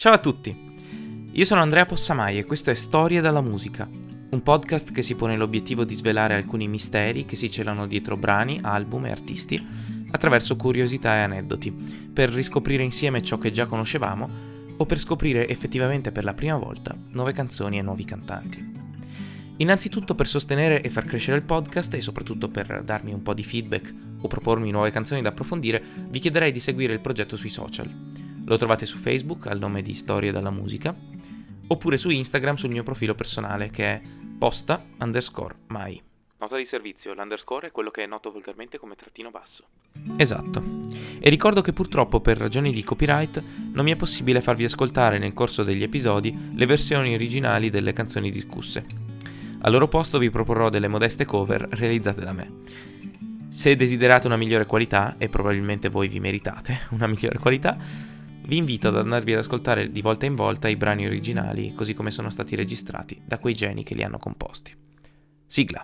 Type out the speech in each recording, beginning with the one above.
Ciao a tutti, io sono Andrea Possamai e questo è Storie dalla musica, un podcast che si pone l'obiettivo di svelare alcuni misteri che si celano dietro brani, album e artisti attraverso curiosità e aneddoti, per riscoprire insieme ciò che già conoscevamo o per scoprire effettivamente per la prima volta nuove canzoni e nuovi cantanti. Innanzitutto, per sostenere e far crescere il podcast e soprattutto per darmi un po' di feedback o propormi nuove canzoni da approfondire, vi chiederei di seguire il progetto sui social. Lo trovate su Facebook al nome di Storie dalla musica, oppure su Instagram sul mio profilo personale che è posta_mai. Nota di servizio, l'underscore è quello che è noto volgarmente come trattino basso. Esatto. E ricordo che purtroppo per ragioni di copyright non mi è possibile farvi ascoltare nel corso degli episodi le versioni originali delle canzoni discusse. Al loro posto vi proporrò delle modeste cover realizzate da me. Se desiderate una migliore qualità, e probabilmente voi vi meritate una migliore qualità, vi invito ad andarvi ad ascoltare di volta in volta i brani originali così come sono stati registrati da quei geni che li hanno composti. Sigla.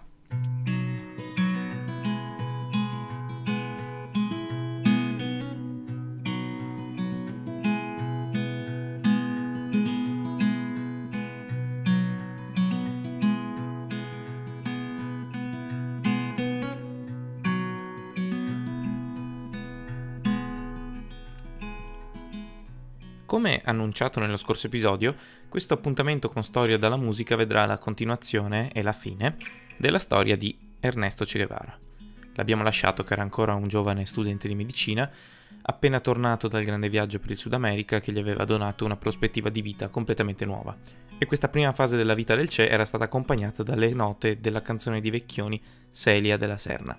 Come annunciato nello scorso episodio, questo appuntamento con Storia dalla musica vedrà la continuazione e la fine della storia di Ernesto Che Guevara. L'abbiamo lasciato che era ancora un giovane studente di medicina, appena tornato dal grande viaggio per il Sud America che gli aveva donato una prospettiva di vita completamente nuova. E questa prima fase della vita del Che era stata accompagnata dalle note della canzone di Vecchioni Celia della Serna.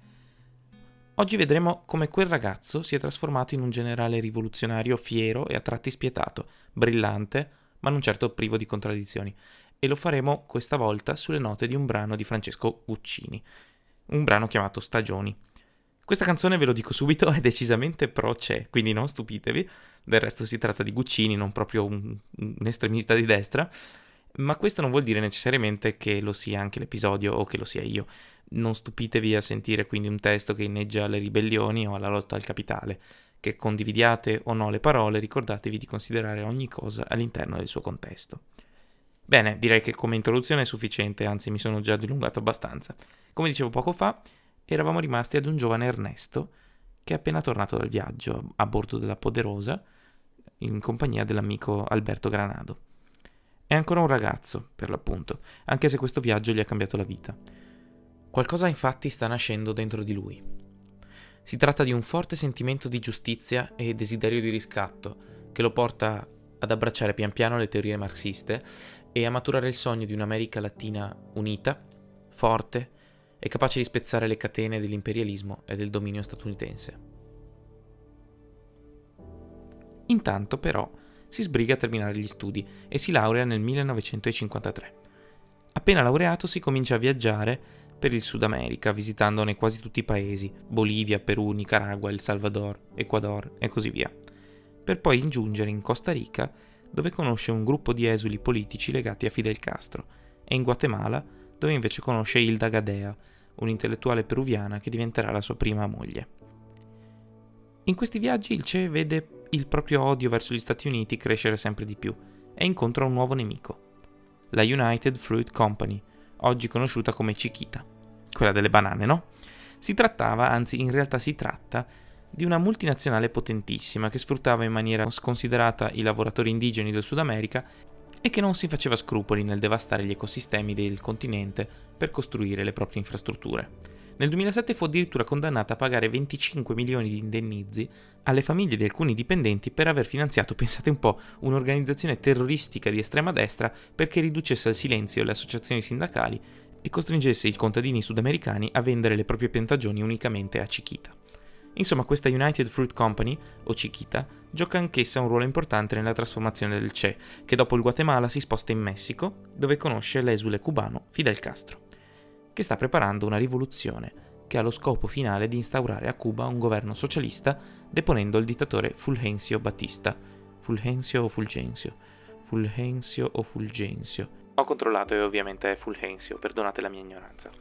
Oggi vedremo come quel ragazzo si è trasformato in un generale rivoluzionario fiero e a tratti spietato, brillante, ma non certo privo di contraddizioni. E lo faremo questa volta sulle note di un brano di Francesco Guccini, un brano chiamato Stagioni. Questa canzone, ve lo dico subito, è decisamente pro Che, quindi non stupitevi, del resto si tratta di Guccini, non proprio un estremista di destra, ma questo non vuol dire necessariamente che lo sia anche l'episodio o che lo sia io. Non stupitevi a sentire quindi un testo che inneggia alle ribellioni o alla lotta al capitale. Che condividiate o no le parole, ricordatevi di considerare ogni cosa all'interno del suo contesto. Bene, direi che come introduzione è sufficiente, anzi mi sono già dilungato abbastanza. Come dicevo poco fa, eravamo rimasti ad un giovane Ernesto che è appena tornato dal viaggio a bordo della Poderosa in compagnia dell'amico Alberto Granado. È ancora un ragazzo, per l'appunto, anche se questo viaggio gli ha cambiato la vita. Qualcosa infatti sta nascendo dentro di lui. Si tratta di un forte sentimento di giustizia e desiderio di riscatto che lo porta ad abbracciare pian piano le teorie marxiste e a maturare il sogno di un'America Latina unita, forte e capace di spezzare le catene dell'imperialismo e del dominio statunitense. Intanto però si sbriga a terminare gli studi e si laurea nel 1953. Appena laureato si comincia a viaggiare per il Sud America, visitandone quasi tutti i paesi, Bolivia, Perù, Nicaragua, El Salvador, Ecuador e così via, per poi giungere in Costa Rica, dove conosce un gruppo di esuli politici legati a Fidel Castro, e in Guatemala, dove invece conosce Hilda Gadea, un'intellettuale peruviana che diventerà la sua prima moglie. In questi viaggi il Che vede il proprio odio verso gli Stati Uniti crescere sempre di più e incontra un nuovo nemico, la United Fruit Company, oggi conosciuta come Chiquita, quella delle banane, no? In realtà si tratta di una multinazionale potentissima che sfruttava in maniera sconsiderata i lavoratori indigeni del Sud America e che non si faceva scrupoli nel devastare gli ecosistemi del continente per costruire le proprie infrastrutture. Nel 2007 fu addirittura condannata a pagare 25 milioni di indennizi alle famiglie di alcuni dipendenti per aver finanziato, pensate un po', un'organizzazione terroristica di estrema destra perché riducesse al silenzio le associazioni sindacali e costringesse i contadini sudamericani a vendere le proprie piantagioni unicamente a Chiquita. Insomma, questa United Fruit Company, o Chiquita, gioca anch'essa un ruolo importante nella trasformazione del Che, che dopo il Guatemala si sposta in Messico, dove conosce l'esule cubano Fidel Castro, che sta preparando una rivoluzione che ha lo scopo finale di instaurare a Cuba un governo socialista deponendo il dittatore Fulgencio Batista. Fulgencio o Fulgencio? Fulgencio o Fulgencio? Ho controllato e ovviamente è Fulgencio, perdonate la mia ignoranza.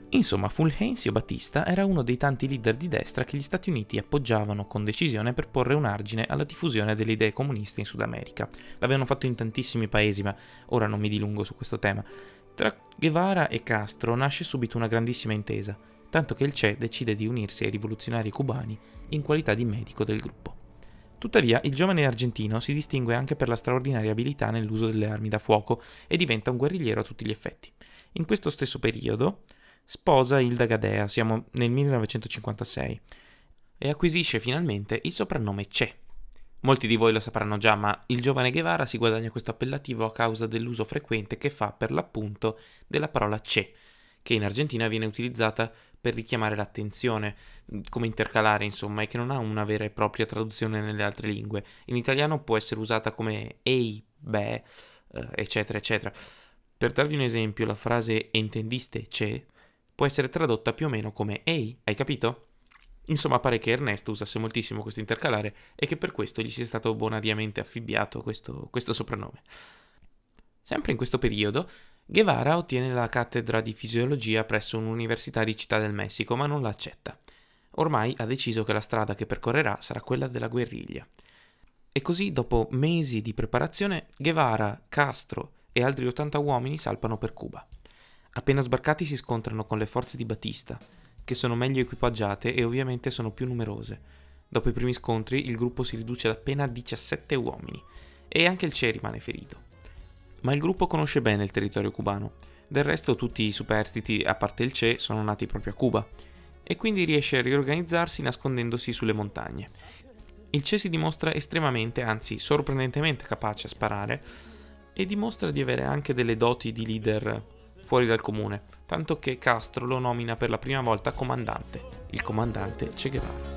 Insomma, Fulgencio Batista era uno dei tanti leader di destra che gli Stati Uniti appoggiavano con decisione per porre un argine alla diffusione delle idee comuniste in Sud America. L'avevano fatto in tantissimi paesi, ma ora non mi dilungo su questo tema. Tra Guevara e Castro nasce subito una grandissima intesa, tanto che il Che decide di unirsi ai rivoluzionari cubani in qualità di medico del gruppo. Tuttavia, il giovane argentino si distingue anche per la straordinaria abilità nell'uso delle armi da fuoco e diventa un guerrigliero a tutti gli effetti. In questo stesso periodo sposa Hilda Gadea, siamo nel 1956, e acquisisce finalmente il soprannome Che. Molti di voi lo sapranno già, ma il giovane Guevara si guadagna questo appellativo a causa dell'uso frequente che fa per l'appunto della parola Che, che in Argentina viene utilizzata per richiamare l'attenzione, come intercalare insomma, e che non ha una vera e propria traduzione nelle altre lingue. In italiano può essere usata come ehi, beh, eccetera, eccetera. Per darvi un esempio, la frase "entendiste Che" può essere tradotta più o meno come "ehi, hai capito?". Insomma, pare che Ernesto usasse moltissimo questo intercalare e che per questo gli sia stato bonariamente affibbiato questo soprannome. Sempre in questo periodo, Guevara ottiene la cattedra di fisiologia presso un'università di Città del Messico, ma non la accetta. Ormai ha deciso che la strada che percorrerà sarà quella della guerriglia. E così, dopo mesi di preparazione, Guevara, Castro e altri 80 uomini salpano per Cuba. Appena sbarcati si scontrano con le forze di Batista, che sono meglio equipaggiate e ovviamente sono più numerose. Dopo i primi scontri il gruppo si riduce ad appena 17 uomini e anche il Che rimane ferito. Ma il gruppo conosce bene il territorio cubano, del resto tutti i superstiti, a parte il Che, sono nati proprio a Cuba, e quindi riesce a riorganizzarsi nascondendosi sulle montagne. Il Che si dimostra estremamente, anzi sorprendentemente capace a sparare e dimostra di avere anche delle doti di leader fuori dal comune, tanto che Castro lo nomina per la prima volta comandante, il comandante Che Guevara.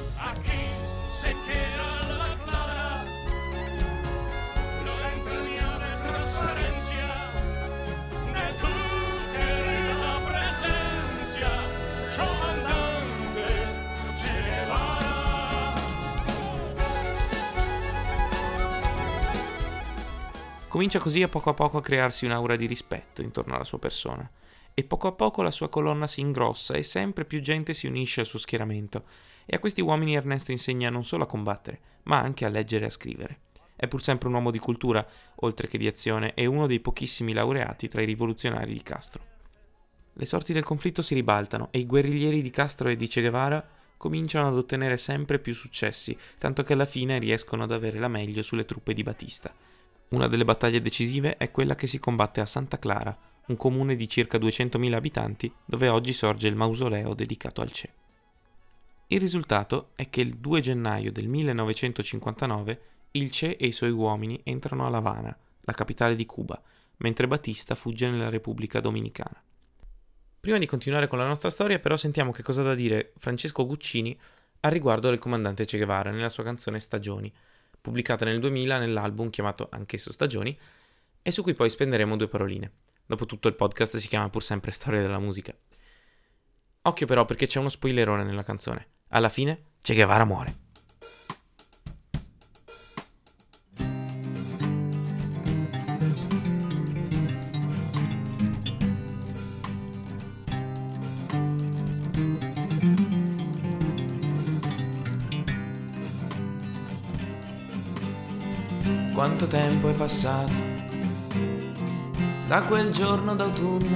Comincia così a poco crearsi un'aura di rispetto intorno alla sua persona, e poco a poco la sua colonna si ingrossa e sempre più gente si unisce al suo schieramento, e a questi uomini Ernesto insegna non solo a combattere, ma anche a leggere e a scrivere. È pur sempre un uomo di cultura, oltre che di azione, e uno dei pochissimi laureati tra i rivoluzionari di Castro. Le sorti del conflitto si ribaltano e i guerriglieri di Castro e di Che Guevara cominciano ad ottenere sempre più successi, tanto che alla fine riescono ad avere la meglio sulle truppe di Batista. Una delle battaglie decisive è quella che si combatte a Santa Clara, un comune di circa 200.000 abitanti dove oggi sorge il mausoleo dedicato al Che. Il risultato è che il 2 gennaio del 1959 il Che e i suoi uomini entrano a La Habana, la capitale di Cuba, mentre Batista fugge nella Repubblica Dominicana. Prima di continuare con la nostra storia, però, sentiamo che cosa ha da dire Francesco Guccini al riguardo del comandante Che Guevara nella sua canzone Stagioni, pubblicata nel 2000 nell'album chiamato anch'esso Stagioni, e su cui poi spenderemo 2 paroline. Dopotutto il podcast si chiama pur sempre Storia della musica. Occhio però, perché c'è uno spoilerone nella canzone. Alla fine Che Guevara muore. Quanto tempo è passato da quel giorno d'autunno,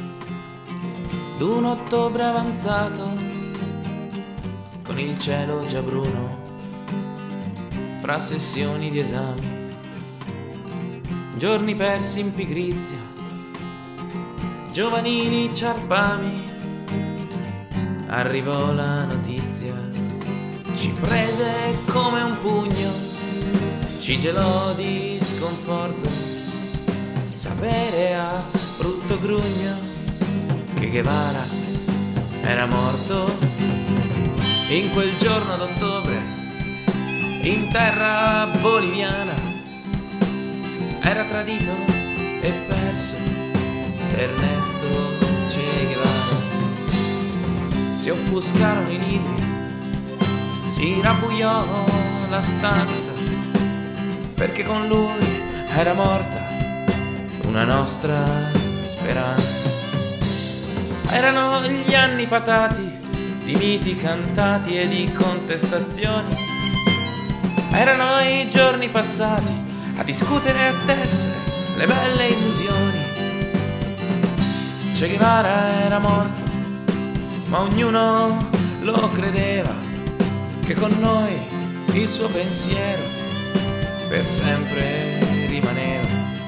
d'un ottobre avanzato, con il cielo già bruno, fra sessioni di esami, giorni persi in pigrizia, giovanili ciarpami. Arrivò la notizia, ci prese come un pugno, ci gelò di sconforto, sapere a brutto grugno che Guevara era morto. In quel giorno d'ottobre, in terra boliviana, era tradito e perso Ernesto Che Guevara. Si offuscarono i libri, si rabbuiò la stanza, perché con lui era morta una nostra speranza. Erano gli anni patati di miti cantati e di contestazioni. Erano i giorni passati a discutere e a tessere le belle illusioni. Che Guevara era morto, ma ognuno lo credeva, che con noi il suo pensiero per sempre rimaneva.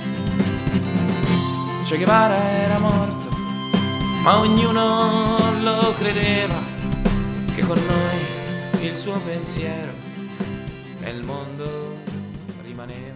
Che Guevara era morto, ma ognuno lo credeva, che con noi il suo pensiero nel mondo rimaneva.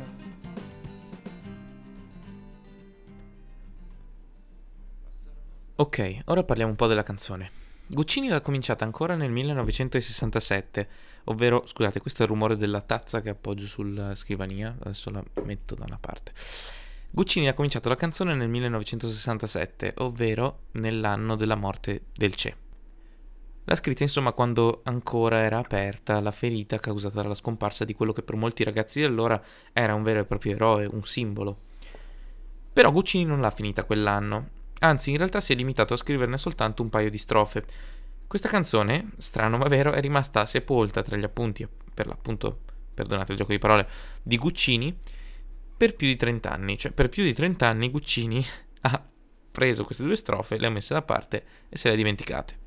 Ok, ora parliamo un po' della canzone. Guccini l'ha cominciata ancora nel 1967, ovvero, scusate, questo è il rumore della tazza che appoggio sulla scrivania, adesso la metto da una parte. Guccini ha cominciato la canzone nel 1967, ovvero nell'anno della morte del Che. L'ha scritta insomma quando ancora era aperta la ferita causata dalla scomparsa di quello che per molti ragazzi di allora era un vero e proprio eroe, un simbolo. Però Guccini non l'ha finita quell'anno, anzi in realtà si è limitato a scriverne soltanto un paio di strofe. Questa canzone, strano ma vero, è rimasta sepolta tra gli appunti, per l'appunto, perdonate il gioco di parole, di Guccini, per più di 30 anni. Cioè, per più di 30 anni Guccini ha preso queste due strofe, le ha messe da parte e se le ha dimenticate.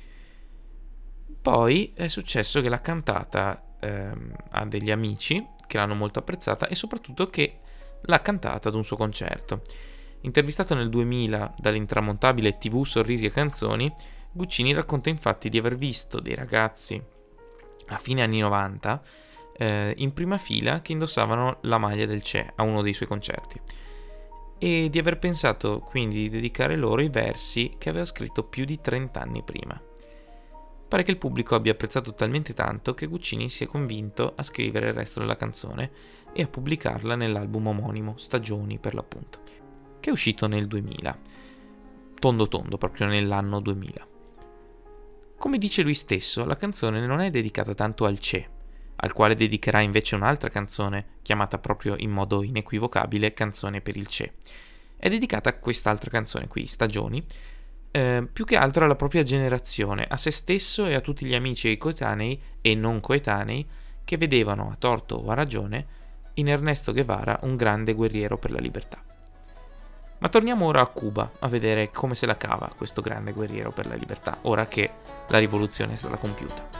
Poi è successo che l'ha cantata a degli amici che l'hanno molto apprezzata e soprattutto che l'ha cantata ad un suo concerto. Intervistato nel 2000 dall'intramontabile TV Sorrisi e Canzoni, Guccini racconta infatti di aver visto dei ragazzi a fine anni 90 in prima fila che indossavano la maglia del Che a uno dei suoi concerti e di aver pensato quindi di dedicare loro i versi che aveva scritto più di 30 anni prima. Pare che il pubblico abbia apprezzato talmente tanto che Guccini si è convinto a scrivere il resto della canzone e a pubblicarla nell'album omonimo, Stagioni per l'appunto, che è uscito nel 2000, tondo tondo, proprio nell'anno 2000. Come dice lui stesso, la canzone non è dedicata tanto al Che, al quale dedicherà invece un'altra canzone, chiamata proprio in modo inequivocabile Canzone per il Che. È dedicata a quest'altra canzone qui, Stagioni, più che altro alla propria generazione, a se stesso e a tutti gli amici e coetanei e non coetanei che vedevano, a torto o a ragione, in Ernesto Guevara un grande guerriero per la libertà. Ma torniamo ora a Cuba a vedere come se la cava questo grande guerriero per la libertà, ora che la rivoluzione è stata compiuta.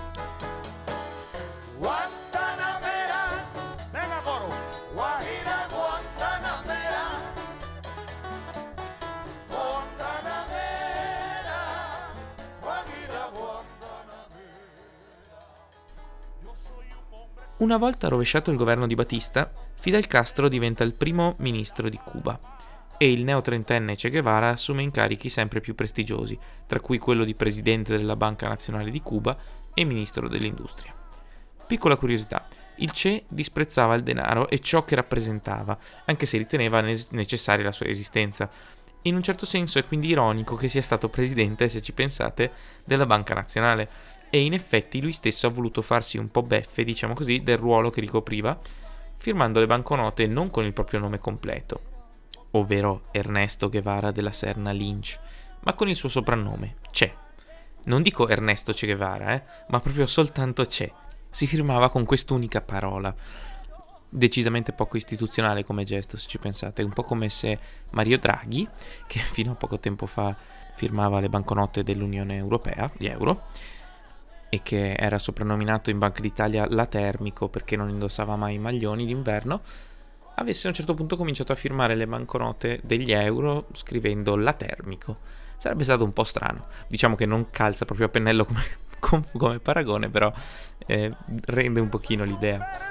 Una volta rovesciato il governo di Batista, Fidel Castro diventa il primo ministro di Cuba e il neotrentenne Che Guevara assume incarichi sempre più prestigiosi, tra cui quello di presidente della Banca Nazionale di Cuba e ministro dell'Industria. Piccola curiosità, il Che disprezzava il denaro e ciò che rappresentava, anche se riteneva necessaria la sua esistenza. In un certo senso è quindi ironico che sia stato presidente, se ci pensate, della Banca Nazionale, e in effetti lui stesso ha voluto farsi un po' beffe, diciamo così, del ruolo che ricopriva, firmando le banconote non con il proprio nome completo, ovvero Ernesto Guevara della Serna Lynch, ma con il suo soprannome, Che. Non dico Ernesto Che Guevara, ma proprio soltanto Che. Si firmava con quest'unica parola. Decisamente poco istituzionale come gesto, se ci pensate, un po' come se Mario Draghi, che fino a poco tempo fa firmava le banconote dell'Unione Europea, gli euro, e che era soprannominato in Banca d'Italia La Termico perché non indossava mai i maglioni d'inverno, avesse a un certo punto cominciato a firmare le banconote degli euro scrivendo La Termico. Sarebbe stato un po' strano, diciamo che non calza proprio a pennello come paragone, però rende un pochino l'idea.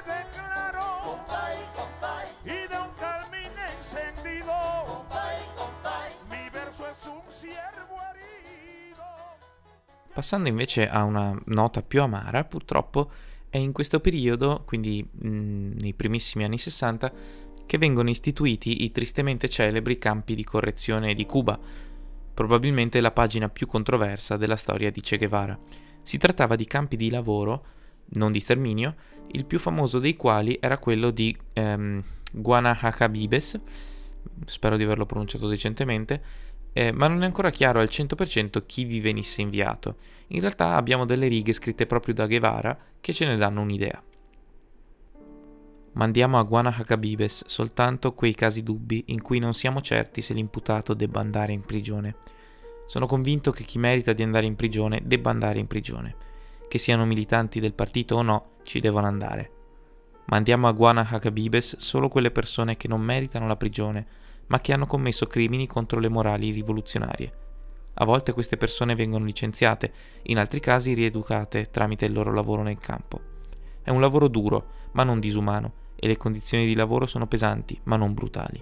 Passando invece a una nota più amara, purtroppo è in questo periodo, quindi nei primissimi anni 60, che vengono istituiti i tristemente celebri campi di correzione di Cuba, probabilmente la pagina più controversa della storia di Che Guevara. Si trattava di campi di lavoro, non di sterminio, il più famoso dei quali era quello di Guanahacabibes, spero di averlo pronunciato decentemente, ma non è ancora chiaro al 100% chi vi venisse inviato. In realtà abbiamo delle righe scritte proprio da Guevara che ce ne danno un'idea. Mandiamo a Guanahacabibes soltanto quei casi dubbi in cui non siamo certi se l'imputato debba andare in prigione. Sono convinto che chi merita di andare in prigione debba andare in prigione. Che siano militanti del partito o no, ci devono andare. Mandiamo a Guanahacabibes solo quelle persone che non meritano la prigione, ma che hanno commesso crimini contro le morali rivoluzionarie. A volte queste persone vengono licenziate, in altri casi rieducate tramite il loro lavoro nel campo. È un lavoro duro, ma non disumano, e le condizioni di lavoro sono pesanti, ma non brutali.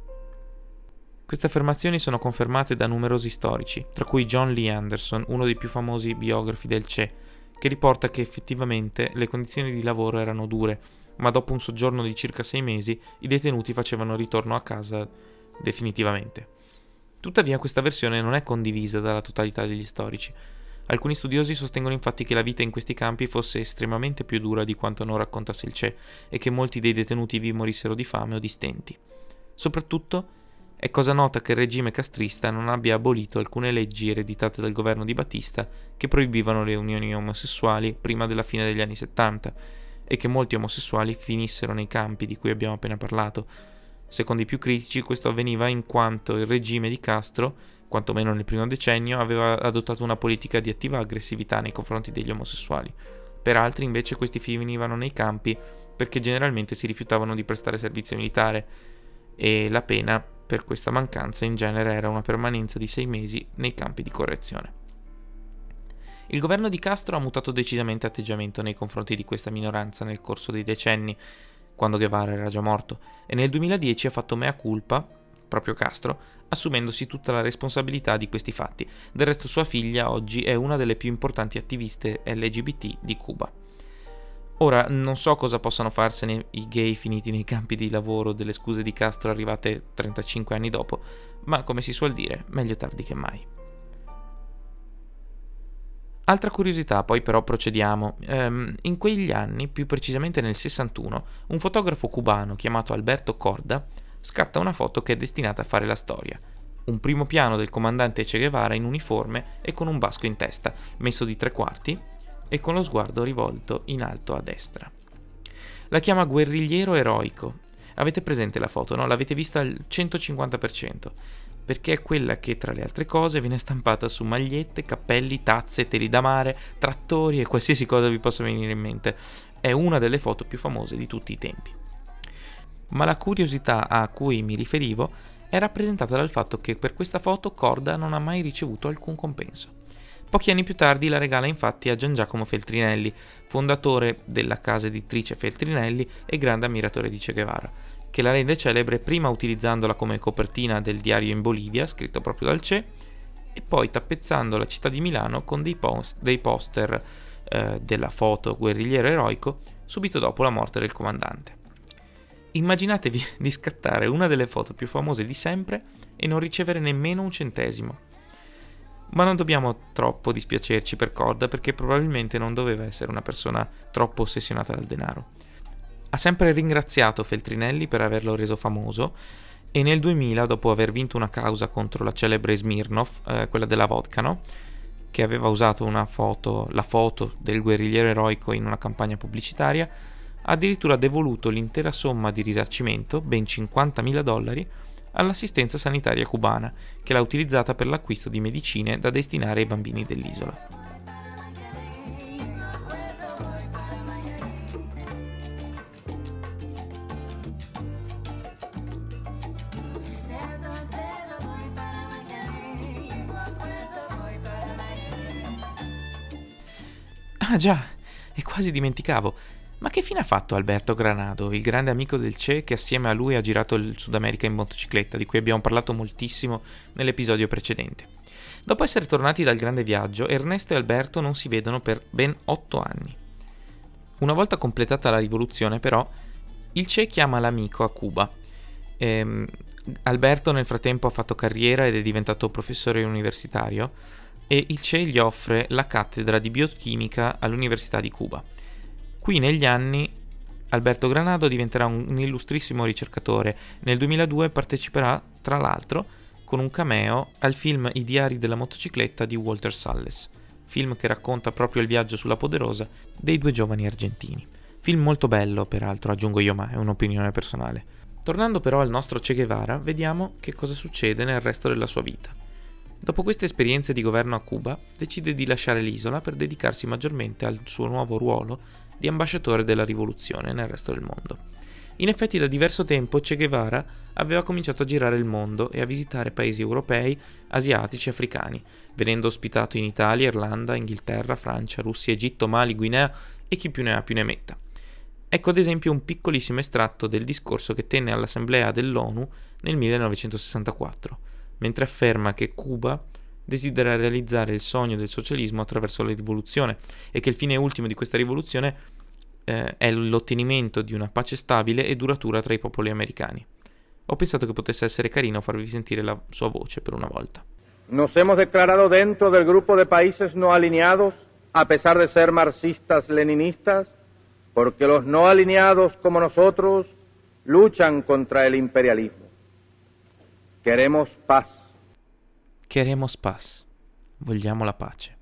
Queste affermazioni sono confermate da numerosi storici, tra cui John Lee Anderson, uno dei più famosi biografi del Che, che riporta che effettivamente le condizioni di lavoro erano dure, ma dopo un soggiorno di circa 6 mesi i detenuti facevano ritorno a casa definitivamente. Tuttavia questa versione non è condivisa dalla totalità degli storici. Alcuni studiosi sostengono infatti che la vita in questi campi fosse estremamente più dura di quanto non raccontasse il Che e che molti dei detenuti vi morissero di fame o di stenti. Soprattutto è cosa nota che il regime castrista non abbia abolito alcune leggi ereditate dal governo di Batista che proibivano le unioni omosessuali prima della fine degli anni 70 e che molti omosessuali finissero nei campi di cui abbiamo appena parlato. Secondo i più critici questo avveniva in quanto il regime di Castro, quantomeno nel primo decennio, aveva adottato una politica di attiva aggressività nei confronti degli omosessuali. Per altri invece questi finivano nei campi perché generalmente si rifiutavano di prestare servizio militare e la pena per questa mancanza in genere era una permanenza di 6 mesi nei campi di correzione. Il governo di Castro ha mutato decisamente atteggiamento nei confronti di questa minoranza nel corso dei decenni, quando Guevara era già morto, e nel 2010 ha fatto mea culpa, proprio Castro, assumendosi tutta la responsabilità di questi fatti. Del resto sua figlia oggi è una delle più importanti attiviste LGBT di Cuba. Ora, non so cosa possano farsene i gay finiti nei campi di lavoro delle scuse di Castro arrivate 35 anni dopo, ma come si suol dire, meglio tardi che mai. Altra curiosità, poi però procediamo. In quegli anni, più precisamente nel 61, un fotografo cubano chiamato Alberto Corda scatta una foto che è destinata a fare la storia. Un primo piano del comandante Che Guevara in uniforme e con un basco in testa, messo di 3/4 e con lo sguardo rivolto in alto a destra. La chiama guerrigliero eroico. Avete presente la foto, no? L'avete vista al 150%, perché è quella che, tra le altre cose, viene stampata su magliette, cappelli, tazze, teli da mare, trattori e qualsiasi cosa vi possa venire in mente. È una delle foto più famose di tutti i tempi. Ma la curiosità a cui mi riferivo è rappresentata dal fatto che per questa foto Corda non ha mai ricevuto alcun compenso. Pochi anni più tardi la regala infatti a Gian Giacomo Feltrinelli, fondatore della casa editrice Feltrinelli e grande ammiratore di Che Guevara, che la rende celebre prima utilizzandola come copertina del diario in Bolivia, scritto proprio dal Che, e poi tappezzando la città di Milano con dei poster della foto guerrigliero eroico subito dopo la morte del comandante. Immaginatevi di scattare una delle foto più famose di sempre e non ricevere nemmeno un centesimo. Ma non dobbiamo troppo dispiacerci per Corda perché probabilmente non doveva essere una persona troppo ossessionata dal denaro. Ha sempre ringraziato Feltrinelli per averlo reso famoso e nel 2000, dopo aver vinto una causa contro la celebre Smirnoff, quella della vodka, no? Che aveva usato la foto del guerrigliero eroico in una campagna pubblicitaria, ha addirittura devoluto l'intera somma di risarcimento, ben $50.000, all'assistenza sanitaria cubana, che l'ha utilizzata per l'acquisto di medicine da destinare ai bambini dell'isola. Ah già, e quasi dimenticavo. Ma che fine ha fatto Alberto Granado, il grande amico del Che che assieme a lui ha girato il Sud America in motocicletta, di cui abbiamo parlato moltissimo nell'episodio precedente? Dopo essere tornati dal grande viaggio, Ernesto e Alberto non si vedono per ben 8 anni. Una volta completata la rivoluzione, però, il Che chiama l'amico a Cuba. Alberto nel frattempo ha fatto carriera ed è diventato professore universitario e il Che gli offre la cattedra di biochimica all'Università di Cuba. Qui negli anni Alberto Granado diventerà un illustrissimo ricercatore. Nel 2002 parteciperà, tra l'altro, con un cameo al film I diari della motocicletta di Walter Salles, film che racconta proprio il viaggio sulla Poderosa dei due giovani argentini. Film molto bello, peraltro, aggiungo io, ma è un'opinione personale. Tornando però al nostro Che Guevara, vediamo che cosa succede nel resto della sua vita. Dopo queste esperienze di governo a Cuba, decide di lasciare l'isola per dedicarsi maggiormente al suo nuovo ruolo di ambasciatore della rivoluzione nel resto del mondo. In effetti da diverso tempo Che Guevara aveva cominciato a girare il mondo e a visitare paesi europei, asiatici e africani, venendo ospitato in Italia, Irlanda, Inghilterra, Francia, Russia, Egitto, Mali, Guinea e chi più ne ha più ne metta. Ecco ad esempio un piccolissimo estratto del discorso che tenne all'Assemblea dell'ONU nel 1964, mentre afferma che Cuba desidera realizzare il sogno del socialismo attraverso la rivoluzione e che il fine ultimo di questa rivoluzione è l'ottenimento di una pace stabile e duratura tra i popoli americani. Ho pensato che potesse essere carino farvi sentire la sua voce per una volta. Nos hemos declarado dentro del grupo de países no alineados, a pesar de ser marxistas-leninistas, porque los no alineados como nosotros luchan contra el imperialismo. Queremos paz. Queremos paz. Vogliamo la pace.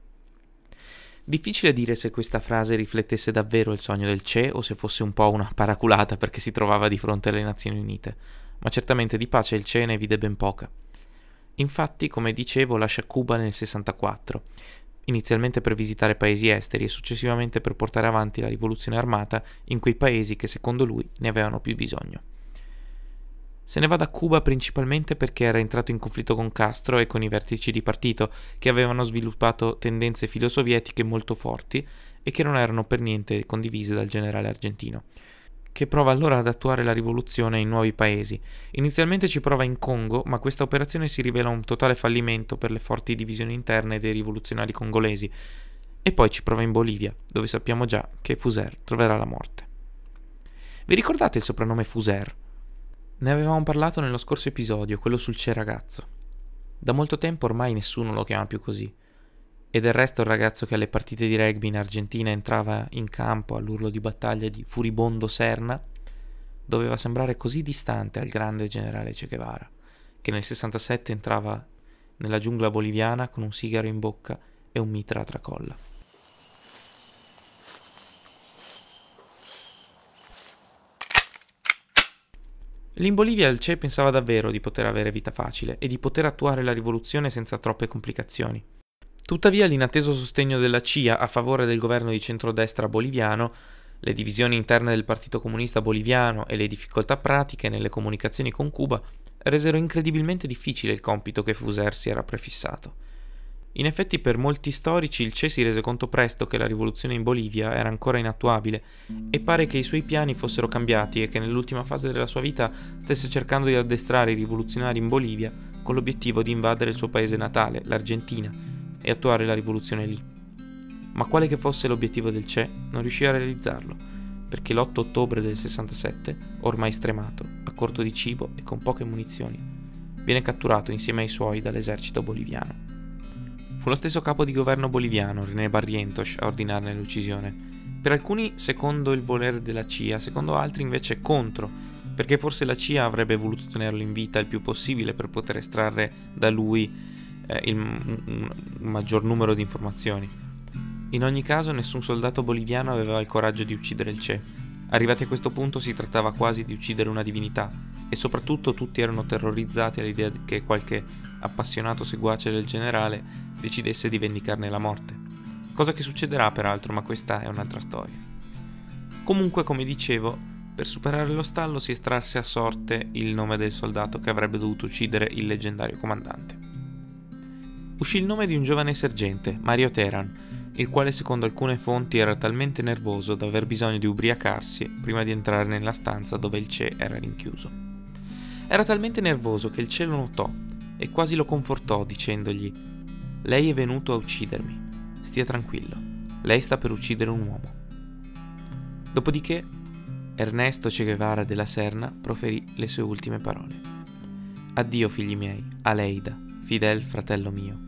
Difficile dire se questa frase riflettesse davvero il sogno del Che o se fosse un po' una paraculata perché si trovava di fronte alle Nazioni Unite, ma certamente di pace il Che ne vide ben poca. Infatti, come dicevo, lascia Cuba nel 64, inizialmente per visitare paesi esteri e successivamente per portare avanti la rivoluzione armata in quei paesi che secondo lui ne avevano più bisogno. Se ne va da Cuba principalmente perché era entrato in conflitto con Castro e con i vertici di partito che avevano sviluppato tendenze filosovietiche molto forti e che non erano per niente condivise dal generale argentino, che prova allora ad attuare la rivoluzione in nuovi paesi. Inizialmente ci prova in Congo, ma questa operazione si rivela un totale fallimento per le forti divisioni interne dei rivoluzionari congolesi, e poi ci prova in Bolivia, dove sappiamo già che Fuser troverà la morte. Vi ricordate il soprannome Fuser? Ne avevamo parlato nello scorso episodio, quello sul Che ragazzo. Da molto tempo ormai nessuno lo chiama più così. E del resto il ragazzo che alle partite di rugby in Argentina entrava in campo all'urlo di battaglia di Furibondo Serna doveva sembrare così distante al grande generale Che Guevara, che nel 67 entrava nella giungla boliviana con un sigaro in bocca e un mitra a tracolla. Lì in Bolivia il Che pensava davvero di poter avere vita facile e di poter attuare la rivoluzione senza troppe complicazioni. Tuttavia l'inatteso sostegno della CIA a favore del governo di centrodestra boliviano, le divisioni interne del Partito Comunista Boliviano e le difficoltà pratiche nelle comunicazioni con Cuba resero incredibilmente difficile il compito che Fuser si era prefissato. In effetti per molti storici il Che si rese conto presto che la rivoluzione in Bolivia era ancora inattuabile e pare che i suoi piani fossero cambiati e che nell'ultima fase della sua vita stesse cercando di addestrare i rivoluzionari in Bolivia con l'obiettivo di invadere il suo paese natale, l'Argentina, e attuare la rivoluzione lì. Ma quale che fosse l'obiettivo del Che, non riuscì a realizzarlo, perché l'8 ottobre del 67, ormai stremato, a corto di cibo e con poche munizioni, viene catturato insieme ai suoi dall'esercito boliviano. Fu lo stesso capo di governo boliviano, René Barrientos, a ordinarne l'uccisione. Per alcuni secondo il volere della CIA, secondo altri invece contro, perché forse la CIA avrebbe voluto tenerlo in vita il più possibile per poter estrarre da lui un maggior numero di informazioni. In ogni caso nessun soldato boliviano aveva il coraggio di uccidere il Che. Arrivati a questo punto si trattava quasi di uccidere una divinità e soprattutto tutti erano terrorizzati all'idea che qualche appassionato seguace del generale decidesse di vendicarne la morte. Cosa che succederà peraltro, ma questa è un'altra storia. Comunque, come dicevo, per superare lo stallo si estrasse a sorte il nome del soldato che avrebbe dovuto uccidere il leggendario comandante. Uscì il nome di un giovane sergente, Mario Teran, il quale secondo alcune fonti era talmente nervoso da aver bisogno di ubriacarsi prima di entrare nella stanza dove il Che era rinchiuso. Era talmente nervoso che il Che lo notò e quasi lo confortò dicendogli: «Lei è venuto a uccidermi, stia tranquillo, lei sta per uccidere un uomo». Dopodiché Ernesto Che Guevara della Serna proferì le sue ultime parole: «Addio figli miei, Aleida, fidel fratello mio».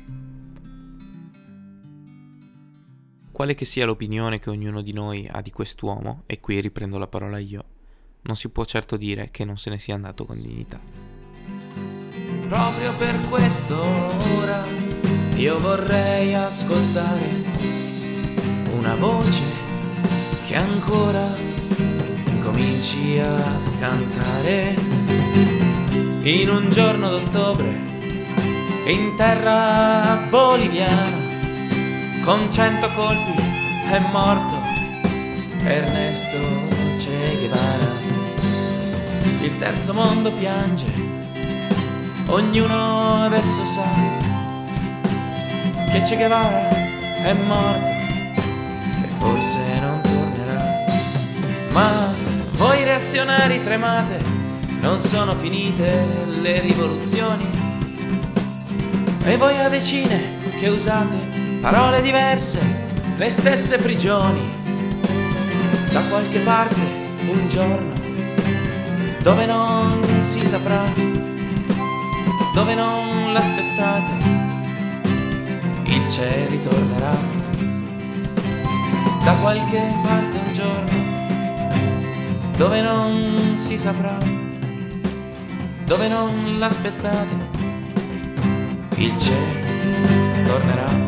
Quale che sia l'opinione che ognuno di noi ha di quest'uomo, e qui riprendo la parola io, non si può certo dire che non se ne sia andato con dignità. proprio per questo ora io vorrei ascoltare una voce che ancora cominci a cantare in un giorno d'ottobre in terra boliviana con 100 colpi è morto Ernesto Che Guevara. Il terzo mondo piange, ognuno adesso sa che Che Guevara è morto e forse non tornerà. Ma voi reazionari tremate, non sono finite le rivoluzioni, e voi a decine che usate parole diverse, le stesse prigioni. Da qualche parte un giorno dove non si saprà, dove non l'aspettate, il Che ritornerà. Da qualche parte un giorno dove non si saprà, dove non l'aspettate, il Che tornerà.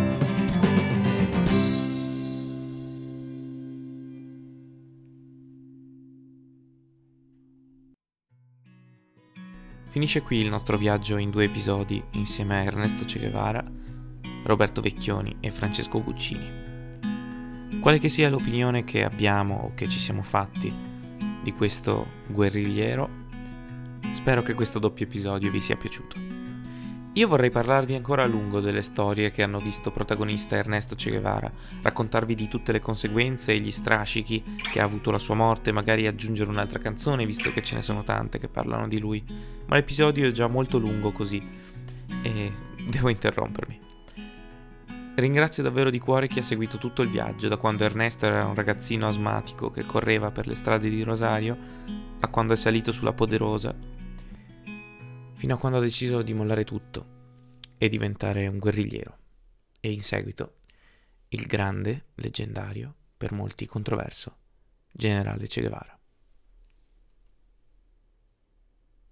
Finisce qui il nostro viaggio in 2 episodi insieme a Ernesto Che Guevara, Roberto Vecchioni e Francesco Guccini. Quale che sia l'opinione che abbiamo o che ci siamo fatti di questo guerrigliero, spero che questo doppio episodio vi sia piaciuto. Io vorrei parlarvi ancora a lungo delle storie che hanno visto protagonista Ernesto Che Guevara, raccontarvi di tutte le conseguenze e gli strascichi che ha avuto la sua morte, magari aggiungere un'altra canzone, visto che ce ne sono tante che parlano di lui, ma l'episodio è già molto lungo così e devo interrompermi. Ringrazio davvero di cuore chi ha seguito tutto il viaggio, da quando Ernesto era un ragazzino asmatico che correva per le strade di Rosario, a quando è salito sulla Poderosa, fino a quando ha deciso di mollare tutto e diventare un guerrigliero, e in seguito il grande, leggendario, per molti controverso, generale Che Guevara.